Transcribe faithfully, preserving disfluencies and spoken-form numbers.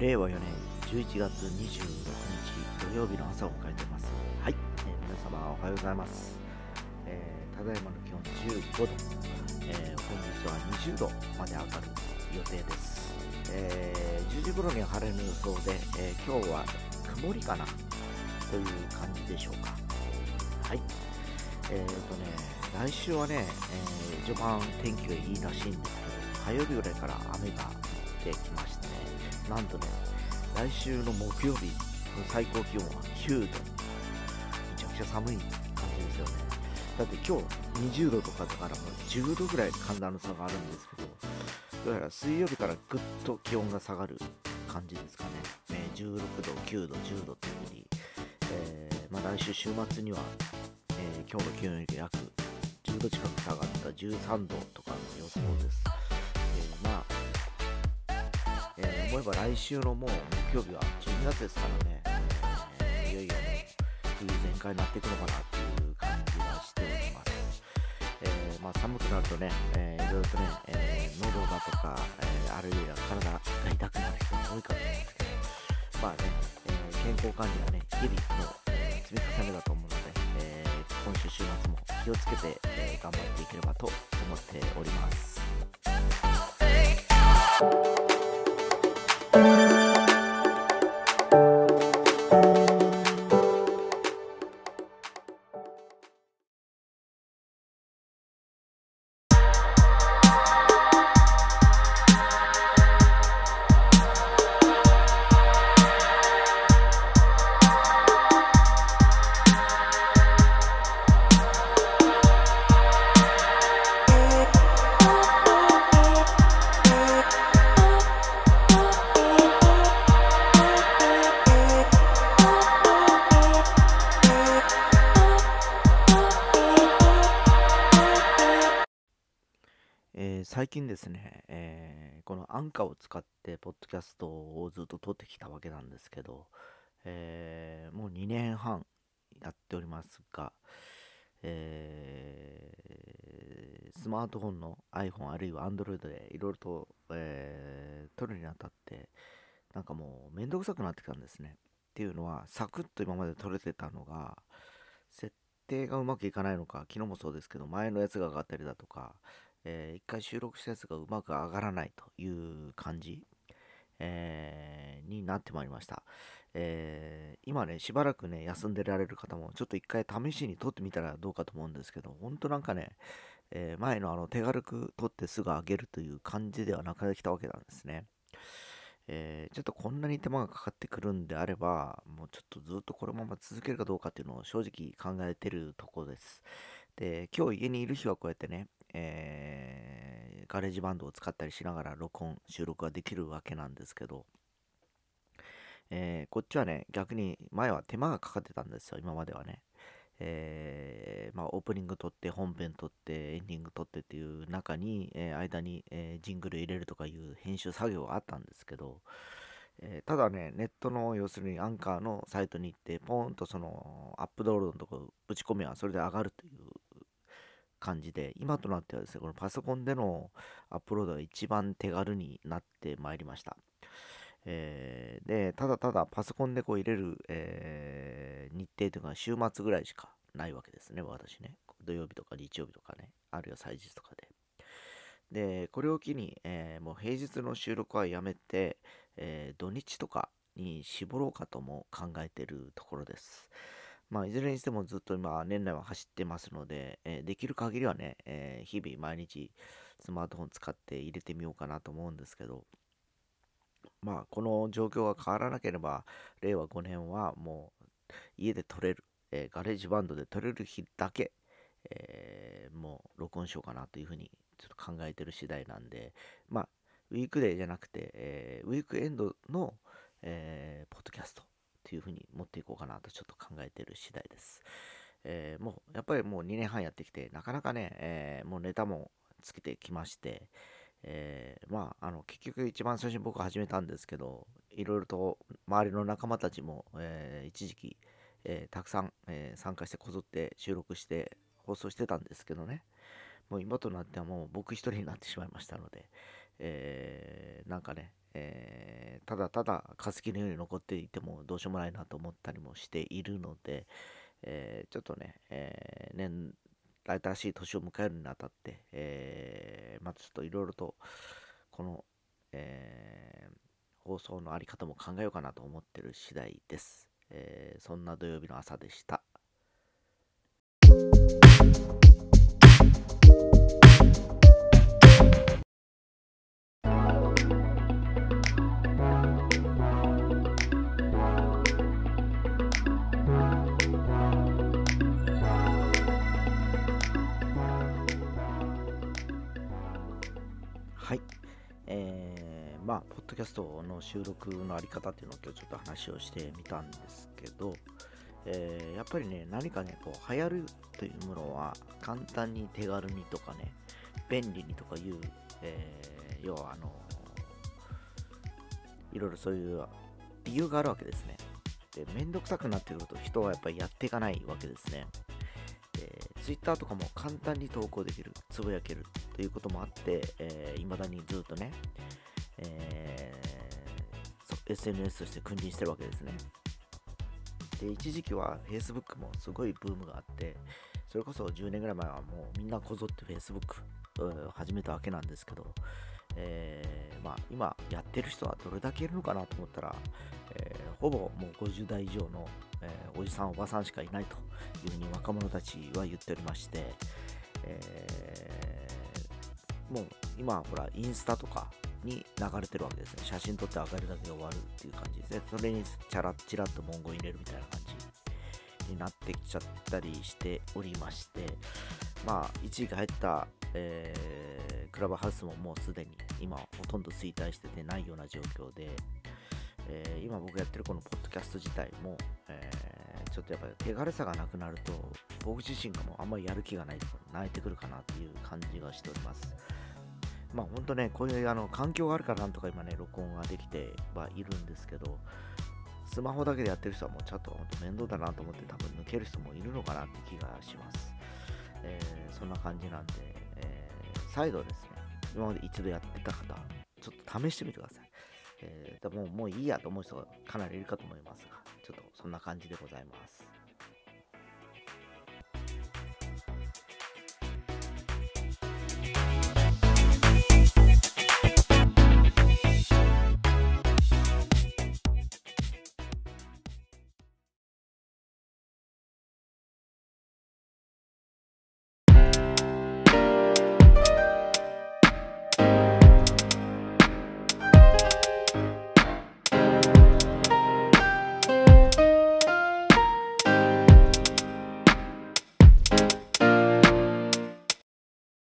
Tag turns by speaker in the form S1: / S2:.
S1: れいわよねんじゅういちがつにじゅうろくにち土曜日の朝を迎えています。はい、えー皆様おはようございます。えーただいまの気温じゅうごど、えー本日はにじゅうどまで上がる予定です。えーじゅうじ頃には晴れの予想で、えー今日は曇りかなという感じでしょうか。はい。えーとね、来週はね、えー序盤天気がいいらしいんですけど、火曜日ぐらいから雨が降ってきましてね、なんとね、来週の木曜日の最高気温はきゅうど、めちゃくちゃ寒い感じですよね。だって今日にじゅうどとかだからもうじゅうどぐらい寒暖の差があるんですけど、どうやら水曜日からぐっと気温が下がる感じですかね。ねじゅうろくど、きゅうど、じゅうどっていう風に、えーまあ、来週週末には、えー今日の気温より約じゅうど近く下がったじゅうさんどとかの予想です。えーまあ、えー思えば来週のもう木曜日はじゅうにがつですからね、えーいよいよもう冬全開になっていくのかなっていう感じがしております。えーまあ、寒くなるとね、えーいろいろとね、えー喉だとか、えーあるいは体が痛くなる人も多いかと思うんですけど、まあね、えー健康管理はね、日々の、えー積み重ねだと思うので、えー今週週末も気をつけて、えー頑張っていければと思っております。えー最近ですね、えーこのアンカーを使ってポッドキャストをずっと撮ってきたわけなんですけど、えーもうにねんはんやっておりますが、えースマートフォンの iPhone あるいは Android でいろいろと、えー撮るにあたってなんかもうめんどくさくなってきたんですね。っていうのはサクッと今まで撮れてたのが設定がうまくいかないのか、昨日もそうですけど前のやつが上がったりだとか、えー一回収録したやつがうまく上がらないという感じ、えーになってまいりました。えー今ね、しばらくね、休んでられる方も、ちょっと一回試しに撮ってみたらどうかと思うんですけど、ほんとなんかね、えー前のあの手軽く撮ってすぐ上げるという感じではなくなってきたわけなんですね。えーちょっとこんなに手間がかかってくるんであれば、もうちょっとずっとこのまま続けるかどうかっていうのを正直考えてるところです。で、今日家にいる日はこうやってね、えーガレージバンドを使ったりしながら録音、収録ができるわけなんですけど、えーこっちはね、逆に前は手間がかかってたんですよ、今まではね。えーまあ、オープニング撮って、本編撮って、エンディング撮ってっていう中に、えー間に、えージングル入れるとかいう編集作業があったんですけど、えーただね、ネットの要するにアンカーのサイトに行って、ポーンとそのアップロードのところぶち込みはそれで上がるという感じで、今となってはですね、このパソコンでのアップロードが一番手軽になってまいりました。えーで、ただただパソコンでこう入れる、えー日程というのは週末ぐらいしかないわけですね、私ね。土曜日とか日曜日とかね、あるいは祭日とかで。で、これを機に、えーもう平日の収録はやめて、えー土日とかに絞ろうかとも考えているところです。まあ、いずれにしてもずっと今、年内は走ってますので、えーできる限りはね、えー日々毎日スマートフォン使って入れてみようかなと思うんですけど、まあ、この状況が変わらなければ、れいわごねんはもう家で撮れる、えーガレージバンドで撮れる日だけ、えーもう録音しようかなというふうにちょっと考えてる次第なんで、まあ、ウィークデーじゃなくて、えーウィークエンドの、えーポッドキャストっていうふうに持っていこうかなとちょっと考えてる次第です。えーもう、やっぱりもうにねんはんやってきて、なかなかね、えーもうネタもつけてきまして、えーまあ、あの、結局一番最初に僕は始めたんですけど、いろいろと周りの仲間たちも、えー一時期、えーたくさん、えー参加してこぞって収録して放送してたんですけどね、もう今となってはもう僕一人になってしまいましたので、 えー、なんかね、えーただただ化石のように残っていてもどうしようもないなと思ったりもしているので、えーちょっとね、えー年、新しい年を迎えるにあたって、えーまあちょっといろいろと、この、えー放送のあり方も考えようかなと思ってる次第です。えーそんな土曜日の朝でした。はい。えー、まあ、ポッドキャストの収録のあり方っていうのを今日ちょっと話をしてみたんですけど、えーやっぱりね、何かね、こう、流行るというものは、簡単に手軽にとかね、便利にとかいう、えー要は、あのいろいろそういう理由があるわけですね。で、めんどくさくなってくると人はやっぱりやっていかないわけですね。で、Twitter とかも簡単に投稿できる、つぶやけるということもあって、えー、未だにずっとね、えー、エスエヌエス として君臨してるわけですね。で、一時期は Facebook もすごいブームがあって、それこそじゅうねんぐらい前はもうみんなこぞって Facebook を始めたわけなんですけど、えーまあ、今やってる人はどれだけいるのかなと思ったら、えーほぼもうごじゅう代以上の、えーおじさんおばさんしかいないというふうに若者たちは言っておりまして、えーもう今ほらインスタとかに流れてるわけですね。写真撮って上がるだけで終わるっていう感じですね。それにチャラッチラッと文言入れるみたいな感じになってきちゃったりしておりまして、まあ一時期入った、えークラブハウスももうすでに今ほとんど衰退しててないような状況で、えー今僕やってるこのポッドキャスト自体も、えーちょっとやっぱり手軽さがなくなると僕自身がもうあんまりやる気がないとか泣いてくるかなっていう感じがしております。まあ本当ね、こういうあの環境があるからなんとか今ね、録音ができてはいるんですけど、スマホだけでやってる人はもうちょっと本当面倒だなと思って多分抜ける人もいるのかなって気がします。えーそんな感じなんで、えー再度ですね、今まで一度やってた方、ちょっと試してみてください。えー、でももういいやと思う人がかなりいるかと思いますが、ちょっとそんな感じでございます。